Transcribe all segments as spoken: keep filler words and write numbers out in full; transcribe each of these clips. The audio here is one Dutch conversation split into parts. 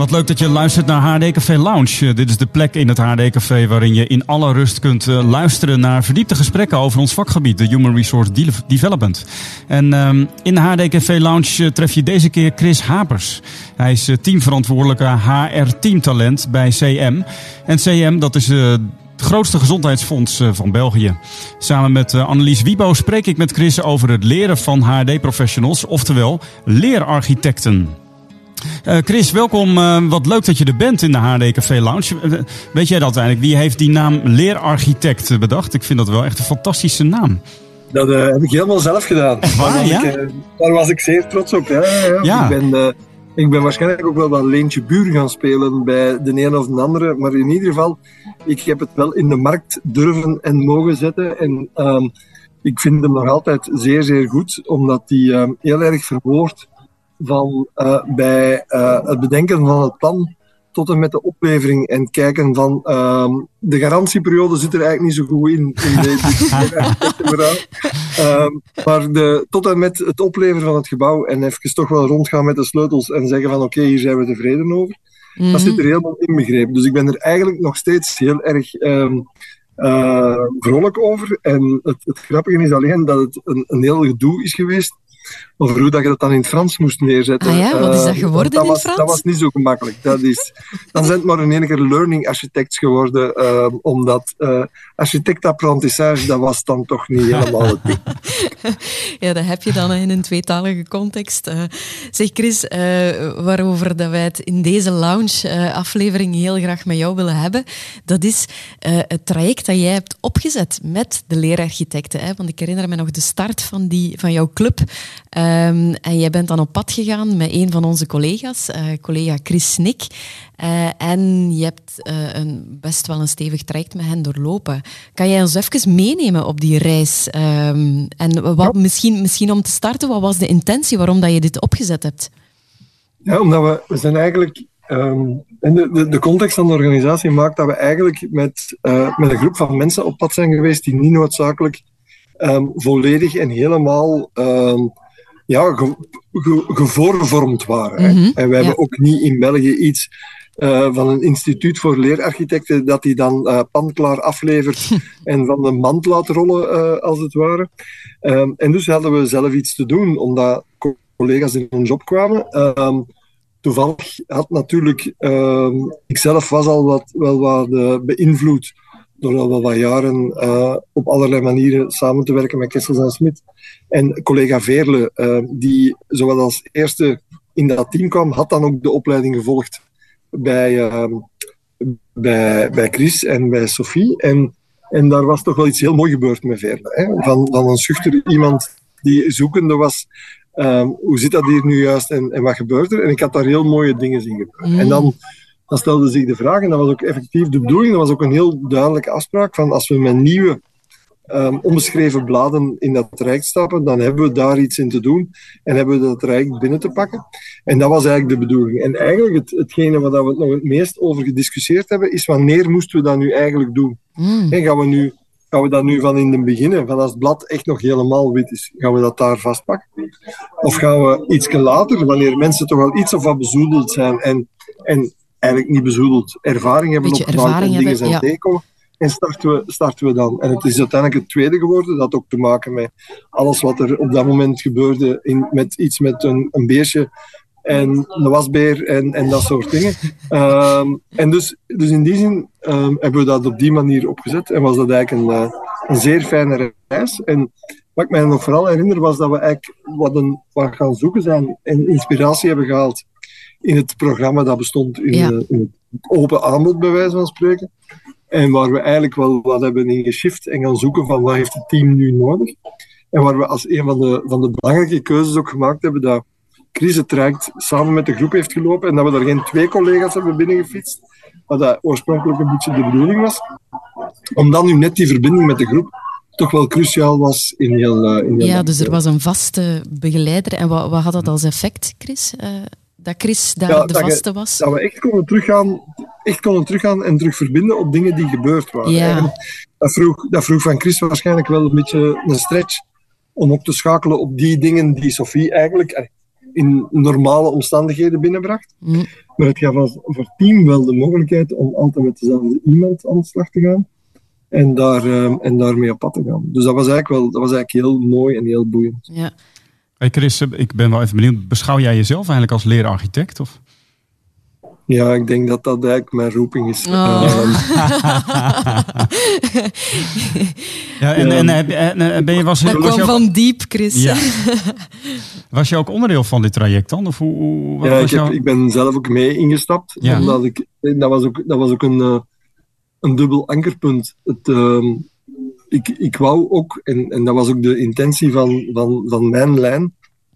Wat leuk dat je luistert naar H D Café Lounge. Uh, dit is de plek in het H D Café waarin je in alle rust kunt uh, luisteren naar verdiepte gesprekken over ons vakgebied, de Human Resource de- Development. En um, in de H D Café Lounge uh, tref je deze keer Chris Hapers. Hij is uh, teamverantwoordelijke H R-teamtalent bij C M. En C M, dat is uh, het grootste gezondheidsfonds uh, van België. Samen met uh, Annelies Wiebo spreek ik met Chris over het leren van H R D-professionals, oftewel leerarchitecten. Uh, Chris, welkom. Uh, wat leuk dat je er bent in de H D Café Lounge. Uh, weet jij dat eigenlijk? Wie heeft die naam leerarchitect bedacht? Ik vind dat wel echt een fantastische naam. Dat uh, heb ik helemaal zelf gedaan. Echt waar, daar, ja? ik, uh, daar was ik zeer trots op. Ja, ja. Ja. Ik, ben, uh, ik ben waarschijnlijk ook wel wat Leentje Buur gaan spelen bij de een of de andere. Maar in ieder geval, ik heb het wel in de markt durven en mogen zetten. En uh, ik vind hem nog altijd zeer, zeer goed. Omdat hij uh, heel erg verwoordt van uh, bij uh, het bedenken van het plan tot en met de oplevering en kijken van uh, de garantieperiode zit er eigenlijk niet zo goed in, in dit uh, maar de, tot en met het opleveren van het gebouw en even toch wel rondgaan met de sleutels en zeggen van oké, okay, hier zijn we tevreden over. Mm-hmm. Dat zit er helemaal inbegrepen. Dus ik ben er eigenlijk nog steeds heel erg um, uh, vrolijk over. En het, het grappige is alleen dat het een, een heel gedoe is geweest over hoe dat je dat dan in het Frans moest neerzetten. Ah ja, wat is dat geworden uh, dat in was, het Frans? Dat was niet zo gemakkelijk. Dat is, dan zijn het maar in één keer learning architects geworden, uh, omdat uh, architectapprentissage, dat was dan toch niet helemaal het ding. Ja, dat heb je dan in een tweetalige context. Uh, zeg Chris, uh, waarover dat wij het in deze lounge-aflevering uh, heel graag met jou willen hebben, dat is uh, het traject dat jij hebt opgezet met de leerarchitecten. Hè? Want ik herinner me nog de start van, die, van jouw club. Um, en jij bent dan op pad gegaan met een van onze collega's, uh, collega Chris Snik. Uh, en je hebt uh, een, best wel een stevig traject met hen doorlopen. Kan jij ons even meenemen op die reis? Um, en wat, misschien, misschien om te starten, wat was de intentie waarom dat je dit opgezet hebt? Ja, omdat we, we zijn eigenlijk... Um, en de, de, de context van de organisatie maakt dat we eigenlijk met, uh, met een groep van mensen op pad zijn geweest die niet noodzakelijk um, volledig en helemaal... Um, ja, ge, ge, gevoorvormd waren. Hè. Mm-hmm, en wij ja. hebben ook niet in België iets uh, van een instituut voor leerarchitecten dat die dan uh, panklaar aflevert en van de mand laat rollen, uh, als het ware. Um, en dus hadden we zelf iets te doen, omdat collega's in hun job kwamen. Um, toevallig had natuurlijk... Um, ikzelf was al wat, wel wat uh, beïnvloed door al wel wat jaren uh, op allerlei manieren samen te werken met Kessels en Smit. En collega Veerle, uh, die zowel als eerste in dat team kwam, had dan ook de opleiding gevolgd bij, uh, bij, bij Chris en bij Sophie. En, en daar was toch wel iets heel mooi gebeurd met Veerle. Hè? Van, van een schuchter iemand die zoekende was. Uh, hoe zit dat hier nu juist en, en wat gebeurt er? En ik had daar heel mooie dingen in gebeuren. Mm. En dan... Dan stelde zich de vraag, en dat was ook effectief de bedoeling, dat was ook een heel duidelijke afspraak, van als we met nieuwe um, onbeschreven bladen in dat traject stappen, dan hebben we daar iets in te doen en hebben we dat traject binnen te pakken. En dat was eigenlijk de bedoeling. En eigenlijk het, hetgene waar we het nog het meest over gediscussieerd hebben, is wanneer moesten we dat nu eigenlijk doen? Mm. En gaan we nu... Gaan we dat nu van in het begin, van als het blad echt nog helemaal wit is, gaan we dat daar vastpakken? Of gaan we iets later, wanneer mensen toch wel iets of wat bezoedeld zijn en, en eigenlijk niet bezoedeld ervaring hebben Beetje opgebouwd en dingen zijn ja. tegenkomen, en starten we, starten we dan. En het is uiteindelijk het tweede geworden, dat had ook te maken met alles wat er op dat moment gebeurde, in, met iets met een, een beestje en een wasbeer en, en dat soort dingen. Um, en dus, dus in die zin um, hebben we dat op die manier opgezet en was dat eigenlijk een, uh, een zeer fijne reis. En wat ik mij nog vooral herinner was dat we eigenlijk wat, een, wat gaan zoeken zijn en inspiratie hebben gehaald in het programma dat bestond in, ja. uh, in het open aanbod, bij wijze van spreken. En waar we eigenlijk wel wat hebben in geshift en gaan zoeken van wat heeft het team nu nodig. En waar we als een van de, van de belangrijke keuzes ook gemaakt hebben dat Chris het traject samen met de groep heeft gelopen en dat we daar geen twee collega's hebben binnengefietst, wat dat oorspronkelijk een beetje de bedoeling was. Omdat nu net die verbinding met de groep toch wel cruciaal was in heel... Uh, in heel ja, dus er was een vaste begeleider. En wat, wat had dat als effect, Chris? Uh, dat Chris daar ja, de dat vaste je, was? Dat we echt konden teruggaan, echt konden teruggaan en terug verbinden op dingen die gebeurd waren. Ja. En dat, vroeg, dat vroeg van Chris waarschijnlijk wel een beetje een stretch om ook te schakelen op die dingen die Sophie eigenlijk... in normale omstandigheden binnenbracht. Mm. Maar het gaf ons voor het team wel de mogelijkheid om altijd met dezelfde iemand aan de slag te gaan en, daar, uh, en daarmee op pad te gaan. Dus dat was eigenlijk, wel, dat was eigenlijk heel mooi en heel boeiend. Ja. Hey Chris, ik ben wel even benieuwd. Beschouw jij jezelf eigenlijk als leerarchitect? Of? Ja, ik denk dat dat eigenlijk mijn roeping is. Oh. Uh, ja, en, en, en, en ben je was, dat was kwam je ook, van diep, Chris. Ja. Was je ook onderdeel van dit traject dan? Of hoe, hoe, wat ja, was ik, heb, jou... ik ben zelf ook mee ingestapt. Ja. Omdat ik, dat was ook, dat was ook een, uh, een dubbel ankerpunt. Het, uh, ik, ik wou ook, en, en dat was ook de intentie van, van, van mijn lijn,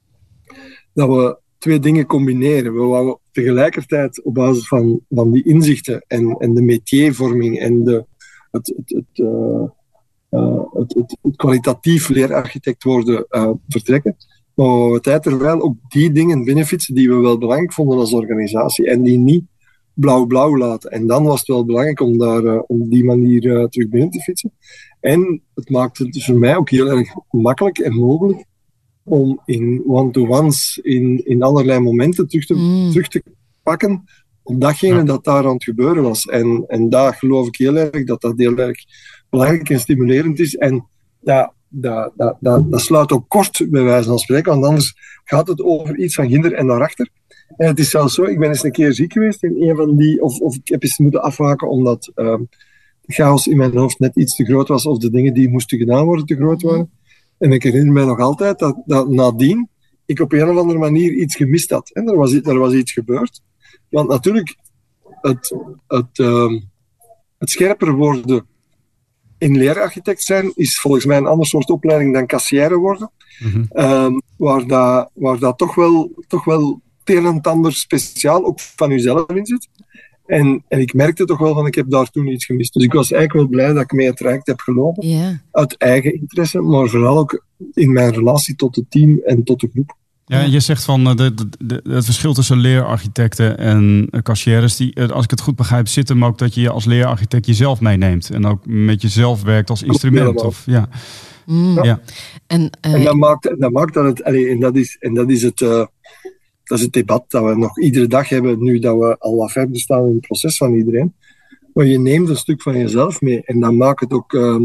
dat we twee dingen combineren. We wouden tegelijkertijd op basis van, van die inzichten en, en de métiervorming en de, het, het, het, uh, uh, het, het, het kwalitatief leerarchitect worden uh, vertrekken. Maar we tijd terwijl ook die dingen binnenfietsen die we wel belangrijk vonden als organisatie en die niet blauw-blauw laten. En dan was het wel belangrijk om daar uh, op die manier uh, terug binnen te fietsen. En het maakt het dus voor mij ook heel erg makkelijk en mogelijk om in one-to-ones, in, in allerlei momenten terug te, mm. terug te pakken op datgene ja. dat daar aan het gebeuren was. En, en daar geloof ik heel erg dat dat heel erg belangrijk en stimulerend is. En ja, dat, dat, dat, dat sluit ook kort, bij wijze van spreken, want anders gaat het over iets van ginder en daarachter. En het is zelfs zo, ik ben eens een keer ziek geweest in een van die, of, of ik heb eens moeten afwaken omdat uh, de chaos in mijn hoofd net iets te groot was, of de dingen die moesten gedaan worden te groot waren. En ik herinner mij nog altijd dat, dat nadien ik op een of andere manier iets gemist had. En er was, er was iets gebeurd. Want natuurlijk, het, het, uh, het scherper worden in leerarchitect zijn is volgens mij een ander soort opleiding dan kassière worden. Mm-hmm. Um, waar, dat, waar dat toch wel, toch wel het een en het ander speciaal ook van jezelf in zit. En, en ik merkte toch wel van, ik heb daar toen iets gemist. Dus ik was eigenlijk wel blij dat ik mee het traject heb gelopen. Yeah. Uit eigen interesse, maar vooral ook in mijn relatie tot het team en tot de groep. Ja, je zegt van de, de, de, het verschil tussen leerarchitecten en kassières, die, als ik het goed begrijp, zit hem ook dat je als leerarchitect jezelf meeneemt. En ook met jezelf werkt als instrument. Of, ja. Mm. Ja. Ja. En, uh, en dat maakt, dat maakt dat het, allee, en dat is, en dat is het... Uh, Dat is het debat dat we nog iedere dag hebben, nu dat we al wat verder staan in het proces van iedereen. Maar je neemt een stuk van jezelf mee. En dat maakt het ook, uh,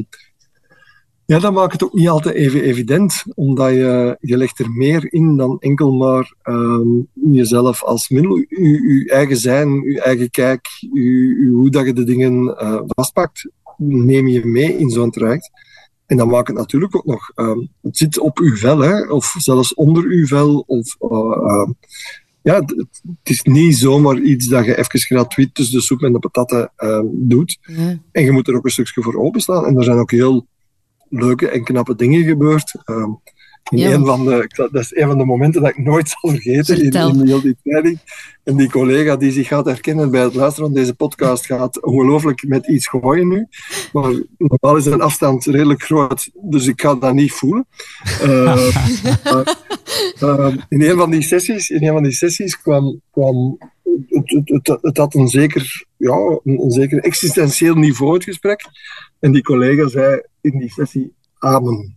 ja, dat maakt het ook niet altijd even evident. Omdat je, je legt er meer in dan enkel maar um, jezelf als middel. Je, je eigen zijn, je eigen kijk, je, je, hoe dat je de dingen uh, vastpakt, neem je mee in zo'n traject. En dan maakt het natuurlijk ook nog... Um, het zit op uw vel, hè, of zelfs onder uw vel. Of, uh, uh, ja, het, het is niet zomaar iets dat je even gratuit tussen de soep en de patatten uh, doet. Ja. En je moet er ook een stukje voor openstaan. En er zijn ook heel leuke en knappe dingen gebeurd. Um, in ja. een van de, dat is een van de momenten dat ik nooit zal vergeten in, in heel die training. En die collega die zich gaat herkennen bij het luisteren van deze podcast gaat ongelooflijk met iets gooien nu. Maar normaal is een afstand redelijk groot, dus ik ga dat niet voelen. Uh, uh, uh, in een van die sessies, in een van die sessies kwam, kwam het, het, het, het had een zeker, ja, een, een zeker existentieel niveau, het gesprek. En die collega zei in die sessie, amen.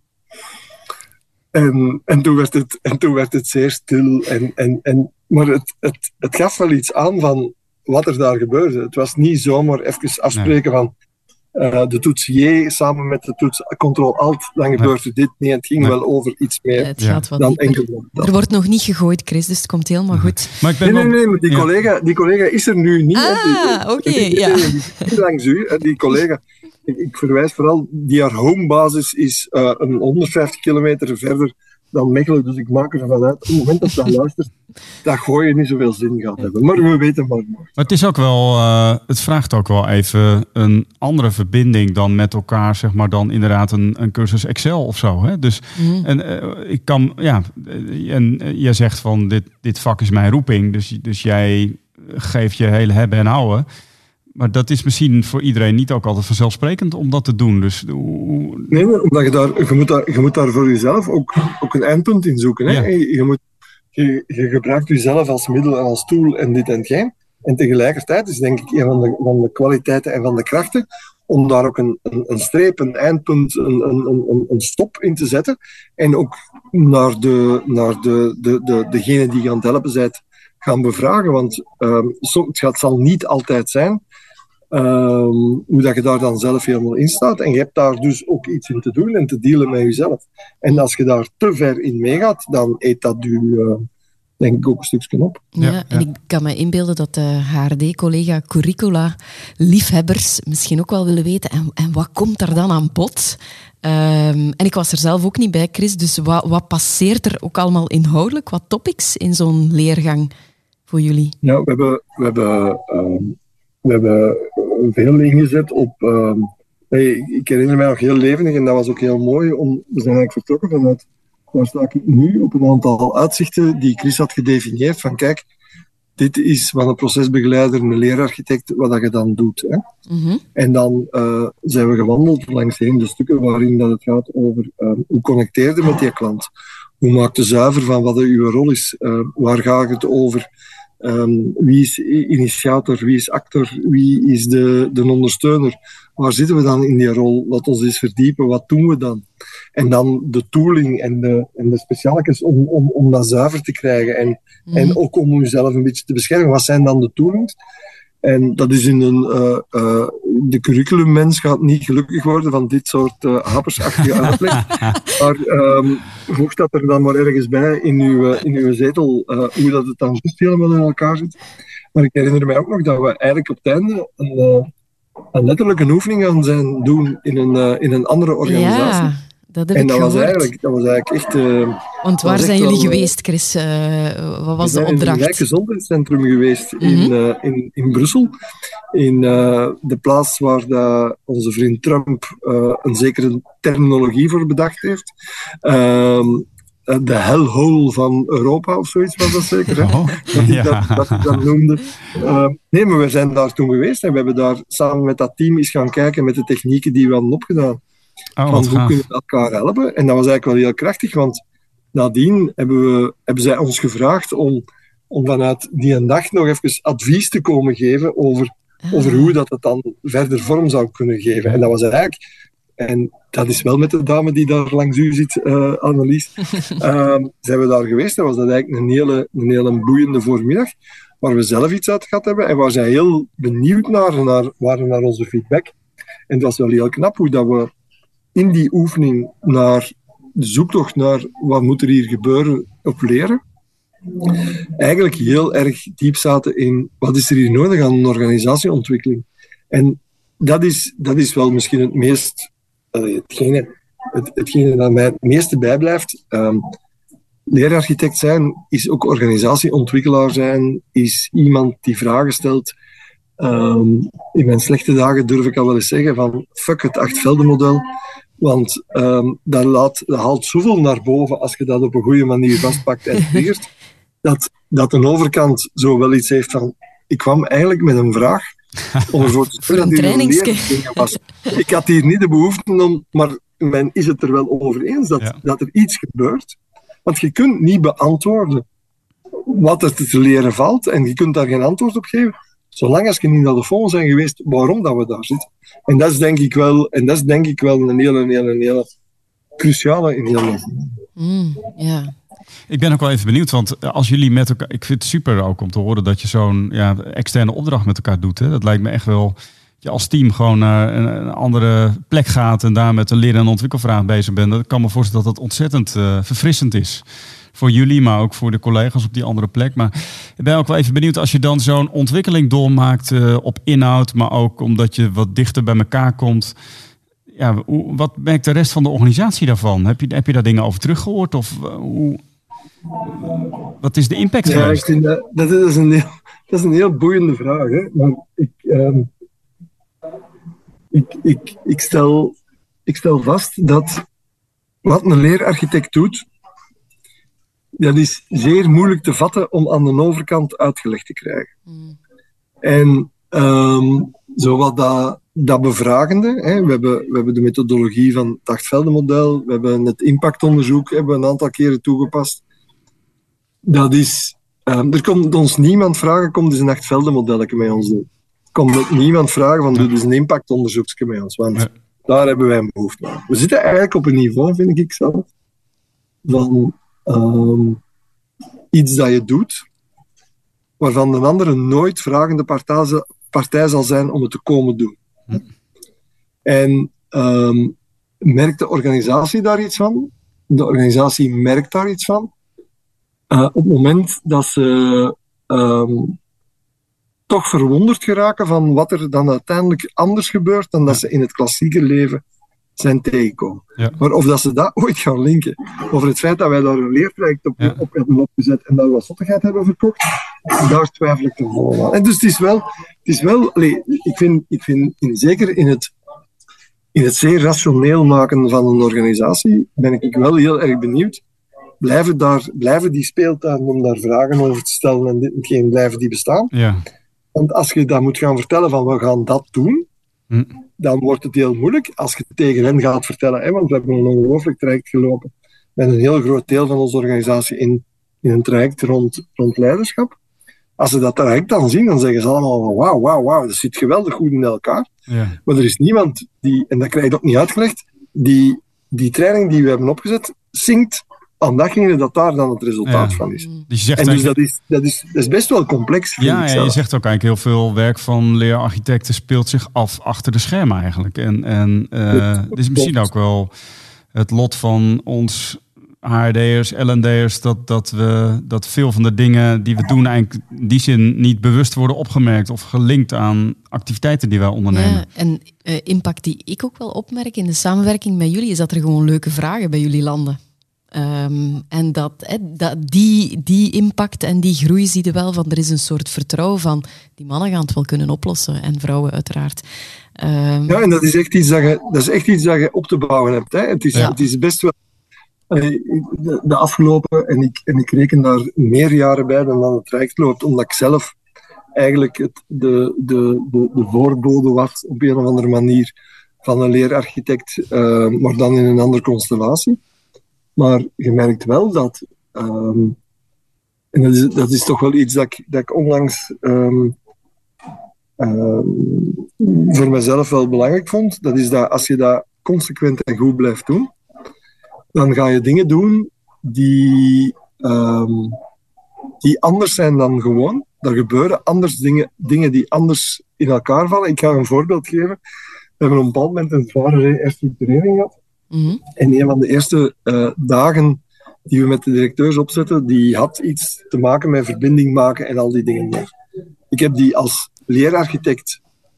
En, en, toen werd het, en toen werd het zeer stil. En, en, en, maar het, het, het gaf wel iets aan van wat er daar gebeurde. Het was niet zomaar even afspreken nee. van uh, de toets J samen met de toets Ctrl-Alt, dan gebeurt er dit. Nee, het ging nee. wel over iets meer het gaat ja. dan enkel dat. Er wordt nog niet gegooid, Chris, dus het komt helemaal goed. Maar ik ben nee, nee, nee, maar die, ja. collega, die collega is er nu niet. Ah, oké, okay, ja. Die, langs u, die collega... Ik, ik verwijs vooral, die haar homebasis is uh, een honderdvijftig kilometer verder dan Mechelen, dus ik maak ervan uit, op het moment dat je dat luistert, dat gooien niet zoveel zin gaat hebben. Maar we weten maar. Maar het is ook wel, uh, het vraagt ook wel even een andere verbinding dan met elkaar, zeg maar, dan inderdaad een, een cursus Excel of zo. Hè? Dus, mm. en uh, ik kan, ja, en uh, jij zegt van, dit, dit vak is mijn roeping, dus, dus jij geeft je hele hebben en houden. Maar dat is misschien voor iedereen niet ook altijd vanzelfsprekend om dat te doen. Dus, hoe... Nee, maar omdat je daar, je moet daar, je moet daar voor jezelf ook, ook een eindpunt in zoeken. Hè? Ja. Je, je, moet, je, je gebruikt jezelf als middel en als tool en dit en geen. En tegelijkertijd is denk ik een van de, van de kwaliteiten en van de krachten om daar ook een, een, een streep, een eindpunt, een, een, een, een stop in te zetten. En ook naar, de, naar de, de, de, degene die aan het helpen bent gaan bevragen. Want um, het gaat, zal niet altijd zijn um, hoe dat je daar dan zelf helemaal in staat. En je hebt daar dus ook iets in te doen en te dealen met jezelf. En als je daar te ver in meegaat, dan eet dat je... Uh, denk ik ook een stukje op. Ja, ja, en ja. ik kan me inbeelden dat de H R D-collega curricula-liefhebbers misschien ook wel willen weten, en, en wat komt er dan aan bod? Um, en ik was er zelf ook niet bij, Chris, dus wat, wat passeert er ook allemaal inhoudelijk? Wat topics in zo'n leergang voor jullie? Ja, we hebben, we hebben, um, we hebben veel ingezet op... Um, hey, ik herinner mij nog heel levendig, en dat was ook heel mooi, om, we zijn eigenlijk vertrokken vanuit... Waar sta ik nu op een aantal uitzichten die Chris had gedefinieerd. Van kijk, dit is wat een procesbegeleider, een leerarchitect, wat dat je dan doet. Hè. Mm-hmm. En dan uh, zijn we gewandeld langs heen de stukken waarin dat het gaat over uh, hoe connecteerde met die klant. Hoe maak je zuiver van wat uw rol is. Uh, waar gaat het over? Um, wie is initiator? Wie is actor? Wie is de, de ondersteuner? Waar zitten we dan in die rol? Laat ons eens verdiepen. Wat doen we dan? En dan de tooling en de, en de specialetjes om, om, om dat zuiver te krijgen. En, mm. en ook om jezelf een beetje te beschermen. Wat zijn dan de toolings? En dat is in een... Uh, uh, de curriculummens gaat niet gelukkig worden van dit soort uh, happersachtige uitleg. Maar um, voeg dat er dan maar ergens bij in uw, uh, in uw zetel, uh, hoe dat het dan juist helemaal in elkaar zit. Maar ik herinner mij ook nog dat we eigenlijk op het einde een, uh, een letterlijke oefening gaan zijn doen in een, uh, in een andere organisatie. Ja. Dat heb en ik dat gehoord. was eigenlijk, dat was eigenlijk echt... Uh, Want waar zijn jullie wel, geweest, Chris? Uh, wat was de opdracht? We zijn in een wijkgezondheidscentrum geweest in, mm-hmm. uh, in, in Brussel. In uh, de plaats waar de, onze vriend Trump uh, een zekere terminologie voor bedacht heeft. Uh, de hellhole van Europa of zoiets was dat zeker. Hè? Oh, dat, ja. dat, dat ik dat noemde. Uh, nee, maar we zijn daar toen geweest en we hebben daar samen met dat team eens gaan kijken met de technieken die we hadden opgedaan. Oh, van hoe kunnen we elkaar helpen? En dat was eigenlijk wel heel krachtig, want nadien hebben, we, hebben zij ons gevraagd om, om vanuit die een dag nog even advies te komen geven over, ah. over hoe dat het dan verder vorm zou kunnen geven. En dat was eigenlijk... En dat is wel met de dame die daar langs u zit, uh, Annelies. uh, zijn we daar geweest. Dat was dat eigenlijk een hele, een hele boeiende voormiddag, waar we zelf iets uit gehad hebben en waar zij heel benieuwd naar, naar, waren naar onze feedback. En het was wel heel knap hoe dat we in die oefening naar de zoektocht naar wat moet er hier gebeuren op leren, eigenlijk heel erg diep zaten in wat is er hier nodig aan een organisatieontwikkeling. En dat is, dat is wel misschien het meest, uh, hetgene, het, hetgene dat mij het meeste bijblijft. Um, leerarchitect zijn is ook organisatieontwikkelaar zijn, is iemand die vragen stelt. Um, in mijn slechte dagen durf ik al wel eens zeggen van fuck het acht-velden-model. Want um, dat, laat, dat haalt zoveel naar boven als je dat op een goede manier vastpakt en triggert, dat, dat een overkant zo wel iets heeft van ik kwam eigenlijk met een vraag om ervoor te voor een trainingske. Was. Ik had hier niet de behoefte om, maar men is het er wel over eens dat, ja. dat er iets gebeurt. Want je kunt niet beantwoorden wat er te leren valt en je kunt daar geen antwoord op geven. Zolang als je niet naar de phone zijn geweest, waarom dat we daar zitten. En dat is denk ik wel, en dat is denk ik wel een hele, hele, hele cruciale in heel mm, ja. Ik ben ook wel even benieuwd, want als jullie met elkaar... Ik vind het super ook om te horen dat je zo'n ja, externe opdracht met elkaar doet. Hè. Dat lijkt me echt wel... Dat je als team gewoon naar een, een andere plek gaat en daar met een leren- en ontwikkelvraag bezig bent. Dat kan me voorstellen dat dat ontzettend uh, verfrissend is. Voor jullie, maar ook voor de collega's op die andere plek. Maar ik ben ook wel even benieuwd als je dan zo'n ontwikkeling doormaakt uh, op inhoud, maar ook omdat je wat dichter bij elkaar komt. Ja, hoe, wat merkt de rest van de organisatie daarvan? Heb je, heb je daar dingen over teruggehoord? Of uh, hoe, wat is de impact ja, geweest? Ik vind dat, dat, is een heel, dat is een heel boeiende vraag. Hè? Maar ik, um, ik, ik, ik, stel, ik stel vast dat wat een leerarchitect doet, dat is zeer moeilijk te vatten om aan de overkant uitgelegd te krijgen. Mm. En um, zo wat dat, dat bevragende, hè, we, hebben, we hebben de methodologie van het acht-velden-model, we hebben het impactonderzoek hebben we een aantal keren toegepast. Dat is, um, er komt ons niemand vragen, kom dus een acht-velden-modelletje met ons doen. komt het niemand vragen van doe dus een impactonderzoekje met ons, want ja. daar hebben wij een behoefte aan. We zitten eigenlijk op een niveau, vind ik zelf, van um, iets dat je doet, waarvan de andere nooit vragende partij, partij zal zijn om het te komen doen. Hm. En um, merkt de organisatie daar iets van? De organisatie merkt daar iets van. Uh, op het moment dat ze um, toch verwonderd geraken van wat er dan uiteindelijk anders gebeurt dan dat ze in het klassieke leven zijn tegengekomen. Ja. Maar of dat ze dat ooit gaan linken, over het feit dat wij daar een leertraject op, ja. op hebben opgezet en daar wat zottigheid hebben verkocht, daar twijfel ik te volgen aan. En dus het is wel, het is wel allee, ik vind, ik vind in, zeker in het, in het zeer rationeel maken van een organisatie, ben ik wel heel erg benieuwd. Blijven, daar, blijven die speeltuinen om daar vragen over te stellen en hetgeen blijven die bestaan? Ja. Want als je dat moet gaan vertellen van we gaan dat doen, hm. dan wordt het heel moeilijk als je tegen hen gaat vertellen, hè, want we hebben een ongelooflijk traject gelopen met een heel groot deel van onze organisatie in, in een traject rond, rond leiderschap. Als ze dat traject dan zien, dan zeggen ze allemaal wauw, wauw, wauw, dat zit geweldig goed in elkaar. Ja. Maar er is niemand die, en dat krijg je ook niet uitgelegd, die die training die we hebben opgezet, zinkt aan datgene dat daar dan het resultaat ja. van is. Dus en dus dat is, dat, is, dat is best wel complex. Ja, ja, je zegt ook eigenlijk heel veel werk van leerarchitecten speelt zich af achter de schermen eigenlijk. En, en uh, dit is misschien ook wel het lot van ons H R D'ers, L en D'ers, dat, dat, we, dat veel van de dingen die we doen eigenlijk in die zin niet bewust worden opgemerkt of gelinkt aan activiteiten die wij ondernemen. Ja, en uh, impact die ik ook wel opmerk in de samenwerking met jullie is dat er gewoon leuke vragen bij jullie landen. Um, en dat, he, dat die, die impact en die groei zie je wel van er is een soort vertrouwen van die mannen gaan het wel kunnen oplossen en vrouwen uiteraard. Um, ja, en dat is echt iets dat je, dat is echt iets dat je op te bouwen hebt. Hè. Het, is, ja. het is best wel de, de afgelopen, en ik, en ik reken daar meer jaren bij dan dat het traject loopt, omdat ik zelf eigenlijk het, de, de, de, de voorbode was op een of andere manier van een leerarchitect, uh, maar dan in een andere constellatie. Maar je merkt wel dat, um, en dat is, dat is toch wel iets dat ik, dat ik onlangs um, um, voor mezelf wel belangrijk vond, dat is dat als je dat consequent en goed blijft doen, dan ga je dingen doen die, um, die anders zijn dan gewoon. Er gebeuren anders dingen, dingen die anders in elkaar vallen. Ik ga een voorbeeld geven. We hebben op een bepaald moment een zware herstructurering gehad. Mm-hmm. En een van de eerste uh, dagen die we met de directeurs opzetten, die had iets te maken met verbinding maken en al die dingen meer. Ik heb die als leerarchitect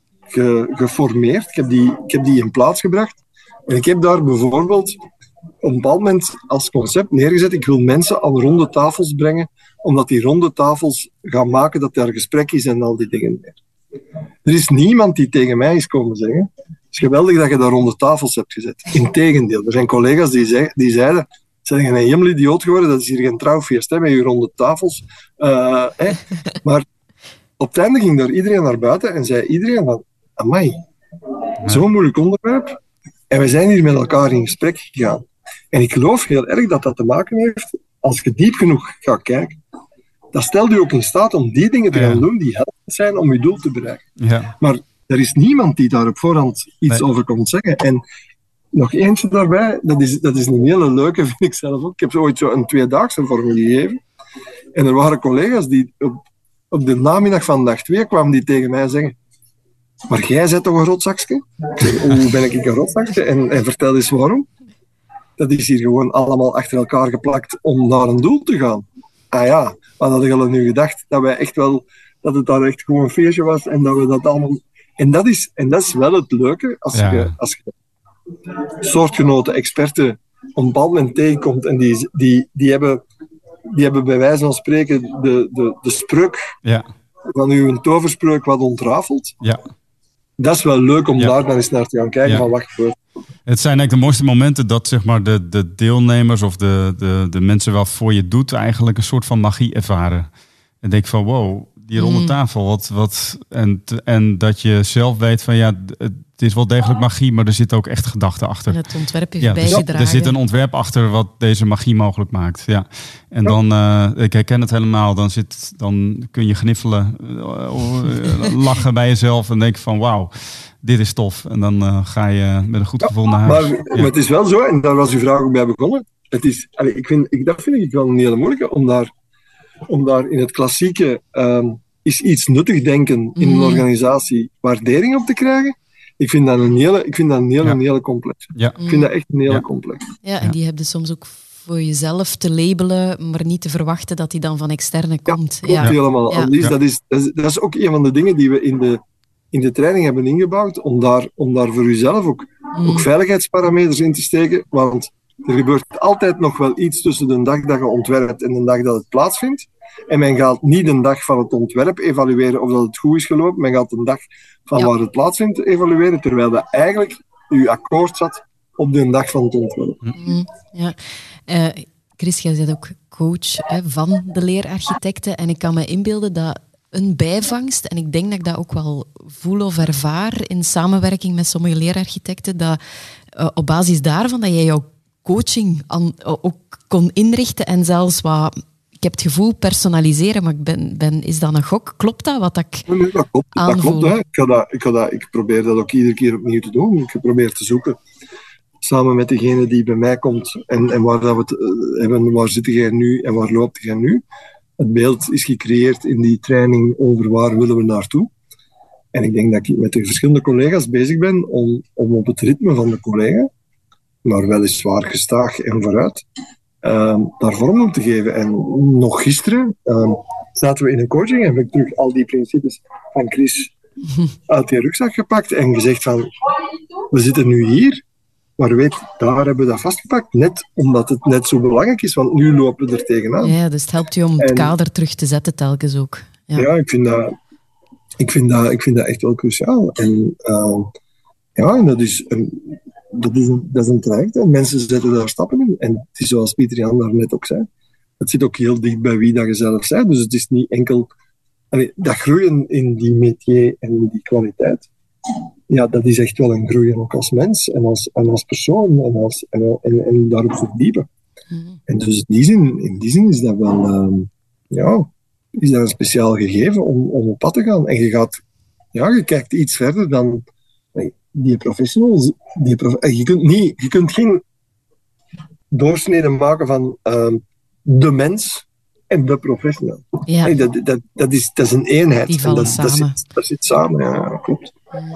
ge, geformeerd, ik heb, die, ik heb die in plaats gebracht. En ik heb daar bijvoorbeeld op een bepaald moment als concept neergezet, ik wil mensen aan ronde tafels brengen, omdat die ronde tafels gaan maken dat er gesprek is en al die dingen meer. Er is niemand die tegen mij is komen zeggen, het is geweldig dat je daar ronde tafels hebt gezet. Integendeel, er zijn collega's die, zeg, die zeiden, zijn je een helemaal idioot geworden, dat is hier geen trouwfeest hè, met je ronde tafels. Uh, hè. Maar op het einde ging daar iedereen naar buiten en zei iedereen van, amai, zo'n moeilijk onderwerp. En we zijn hier met elkaar in gesprek gegaan. En ik geloof heel erg dat dat te maken heeft, als je diep genoeg gaat kijken, dat stelt u ook in staat om die dingen te gaan ja. doen die helpend zijn om je doel te bereiken. Ja. Maar er is niemand die daar op voorhand iets nee. over komt zeggen. En nog eentje daarbij, dat is, dat is een hele leuke, vind ik zelf ook. Ik heb ooit zo een tweedaagse voor me gegeven. En er waren collega's die op, op de namiddag van dag twee kwamen die tegen mij zeggen, maar jij bent toch een rotzakje? Ik zeg, hoe ben ik een rotzakje? En, en vertel eens waarom. Dat is hier gewoon allemaal achter elkaar geplakt om naar een doel te gaan. Ah ja, wat hadden jullie nu gedacht? Dat wij echt wel, dat het daar echt gewoon een feestje was en dat we dat allemaal... En dat is, en dat is wel het leuke, als ja. je, als je soortgenoten, experten op een bepaald moment tegenkomt en die, die, die, hebben, die hebben bij wijze van spreken de, de, de spreuk ja. van uw toverspreuk wat ontrafelt. Ja. Dat is wel leuk om ja. daar dan eens naar te gaan kijken ja. van wat gebeurt. Het zijn eigenlijk de mooiste momenten dat zeg maar, de, de deelnemers of de, de, de mensen waarvoor je doet eigenlijk een soort van magie ervaren. En denk van wow, die ronde mm. tafel. Wat, wat, en, en dat je zelf weet van ja, het is wel degelijk magie, maar er zit ook echt gedachten achter. En het ontwerp heeft ja, bijgedragen. Dus, er zit een ontwerp achter wat deze magie mogelijk maakt. Ja. En ja. dan, uh, ik herken het helemaal, dan, zit, dan kun je gniffelen, uh, lachen bij jezelf en denken van wauw, dit is tof. En dan uh, ga je met een goed gevoel ja, naar huis. Maar, ja. maar het is wel zo, en daar was uw vraag ook bij begonnen. Het is, allee, ik vind, ik, dat vind ik wel een hele moeilijke, om daar, om daar in het klassieke um, is iets nuttig denken in een organisatie waardering op te krijgen. Ik vind dat een hele, ik vind dat een hele, ja. een hele complex. Ja. Ik vind dat echt een hele ja. complex. Ja, en die heb je soms ook voor jezelf te labelen, maar niet te verwachten dat die dan van externe komt. Ja, klopt ja. helemaal. Ja. Alice, dat, is, dat, is, dat is ook een van de dingen die we in de, in de training hebben ingebouwd, om daar, om daar voor jezelf ook, mm. ook veiligheidsparameters in te steken, want er gebeurt altijd nog wel iets tussen de dag dat je ontwerpt en de dag dat het plaatsvindt. En men gaat niet de dag van het ontwerp evalueren of dat het goed is gelopen. Men gaat de dag van ja. waar het plaatsvindt evalueren, terwijl dat eigenlijk uw akkoord zat op de dag van het ontwerp. Mm, ja. Uh, Chris, jij bent ook coach hè, van de leerarchitecten. En ik kan me inbeelden dat een bijvangst, en ik denk dat ik dat ook wel voel of ervaar in samenwerking met sommige leerarchitecten, dat uh, op basis daarvan dat jij jouw coaching aan, uh, ook kon inrichten en zelfs wat... Ik heb het gevoel personaliseren, maar ik ben, ben, is dat een gok? Klopt dat, wat ik nee, nee, dat klopt. Dat klopt hè. Ik, ga dat, ik, ga dat, ik probeer dat ook iedere keer opnieuw te doen. Ik probeer te zoeken, samen met degene die bij mij komt, en, en waar, dat we het uh, hebben, waar zit jij nu en waar loopt jij nu. Het beeld is gecreëerd in die training over waar willen we naartoe. En ik denk dat ik met de verschillende collega's bezig ben om, om op het ritme van de collega, maar weliswaar gestaag en vooruit, Um, daar vorm om te geven. En nog gisteren um, zaten we in een coaching en heb ik terug al die principes van Chris uit die rugzak gepakt en gezegd van, we zitten nu hier, maar weet, daar hebben we dat vastgepakt, net omdat het net zo belangrijk is, want nu lopen we er tegenaan. Ja, dus het helpt je om het en, kader terug te zetten telkens ook. Ja, ja ik, vind dat, ik, vind dat, ik vind dat echt wel cruciaal. En uh, ja, en dat is een Dat is, een, dat is een traject. En mensen zetten daar stappen in. En het is zoals Pieter Jan daar net ook zei. Het zit ook heel dicht bij wie dat je zelf bent. Dus het is niet enkel... Allee, dat groeien in die métier en in die kwaliteit. Ja, dat is echt wel een groeien ook als mens. En als, en als persoon. En, als, en, en, en daarop verdiepen. Mm. En dus in die zin, in die zin is dat wel... Um, ja, is dat een speciaal gegeven om, om op pad te gaan. En je gaat... Ja, je kijkt iets verder dan... Die professionals, die prof, je, kunt niet, je kunt geen doorsneden maken van uh, de mens en de professional. Ja. Nee, dat, dat, dat, is, dat is een eenheid. Die vallen dat, samen. Dat zit, dat zit samen, ja, klopt.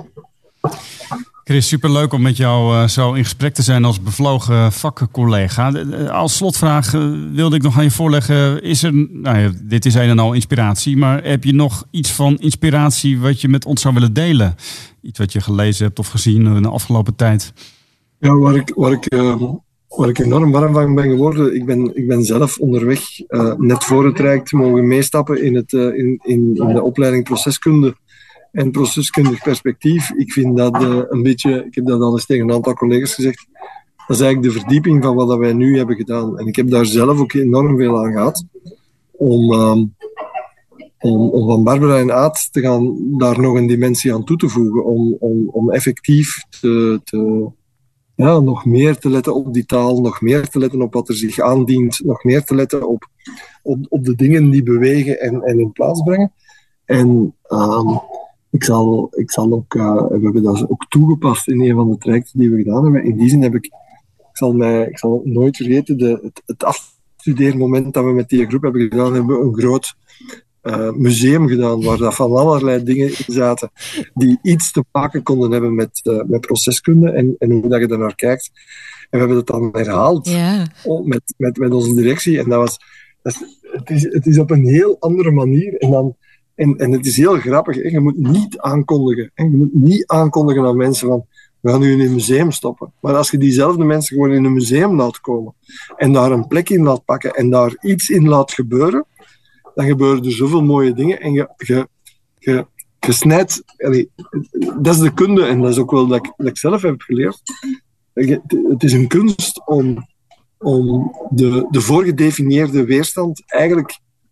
Chris, superleuk om met jou uh, zo in gesprek te zijn als bevlogen vakcollega. Uh, als slotvraag uh, wilde ik nog aan je voorleggen, is er, nou ja, dit is een en al inspiratie, maar heb je nog iets van inspiratie wat je met ons zou willen delen? Iets wat je gelezen hebt of gezien in de afgelopen tijd? Ja, waar ik, waar ik, uh, waar ik enorm warm van ben geworden, ik ben, ik ben zelf onderweg, uh, net voor het traject mogen meestappen in, het, uh, in, in, in de opleiding proceskunde en proceskundig perspectief. Ik vind dat uh, een beetje, ik heb dat al eens tegen een aantal collega's gezegd, dat is eigenlijk de verdieping van wat wij nu hebben gedaan. En ik heb daar zelf ook enorm veel aan gehad om... Um, Om, om van Barbara en Aad te gaan daar nog een dimensie aan toe te voegen. Om, om, om effectief te, te, ja, nog meer te letten op die taal, nog meer te letten op wat er zich aandient, nog meer te letten op, op, op de dingen die bewegen en, en in plaats brengen. En um, ik, zal, ik zal ook, uh, we hebben dat ook toegepast in een van de trajecten die we gedaan hebben. In die zin heb ik, ik zal, mij, ik zal nooit vergeten, de, het, het afstudeermoment dat we met die groep hebben gedaan, hebben we een groot Uh, museum gedaan, waar dat van allerlei dingen in zaten die iets te maken konden hebben met, uh, met proceskunde en, en hoe dat je daarnaar kijkt. En we hebben dat dan herhaald yeah. met, met, met onze directie. En dat was, dat is, het, is, het is op een heel andere manier. En, dan, en, en het is heel grappig. Hè? Je moet niet aankondigen. Hè? Je moet niet aankondigen aan mensen van we gaan nu in een museum stoppen. Maar als je diezelfde mensen gewoon in een museum laat komen en daar een plek in laat pakken en daar iets in laat gebeuren, dan gebeuren er zoveel mooie dingen en je, je, je, je snijdt... Allee, dat is de kunde en dat is ook wel dat ik, dat ik zelf heb geleerd. Je, het is een kunst om, om de, de voorgedefinieerde weerstand eigenlijk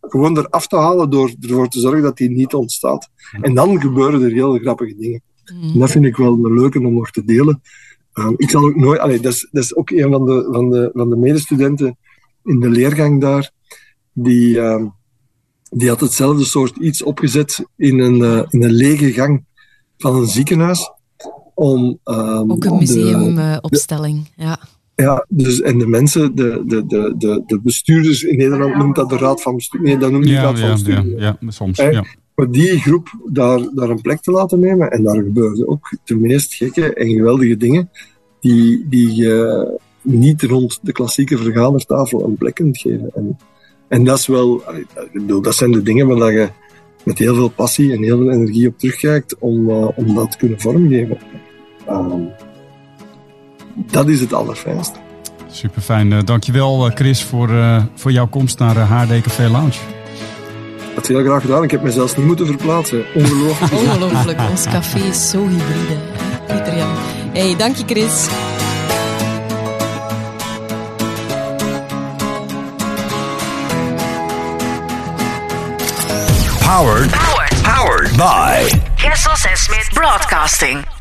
gewoon eraf te halen door ervoor te zorgen dat die niet ontstaat. En dan gebeuren er heel grappige dingen. Mm. En dat vind ik wel een leuke om nog te delen. Um, ik zal ook nooit... Allee, dat, is, dat is ook een van de, van, de, van de medestudenten in de leergang daar, die, um, die had hetzelfde soort iets opgezet in een, uh, in een lege gang van een ziekenhuis. Om, um, ook een museumopstelling, uh, ja. Ja, dus, en de mensen, de, de, de, de, de bestuurders in Nederland noemt dat de raad van bestuur. Nee, dat noemt niet ja, raad van ja, bestuur. Ja, ja, soms, en, ja. Maar die groep daar, daar een plek te laten nemen, en daar gebeurden ook de meest gekke en geweldige dingen, die, die uh, niet rond de klassieke vergadertafel een plek kunt geven. En, en dat is wel, ik bedoel, dat zijn de dingen waar je met heel veel passie en heel veel energie op terugkijkt om, uh, om dat te kunnen vormgeven. Um, dat is het allerfijnste. Super fijn. Uh, dankjewel Chris voor, uh, voor jouw komst naar uh, H R D Café Lounge. Dat is heel graag gedaan. Ik heb me zelfs niet moeten verplaatsen. Ongelooflijk. Ongelooflijk. Ons café is zo hybride. Pieter Jan. Hey, dank je Chris. Powered. Powered. Powered by Kessels and Smith Broadcasting.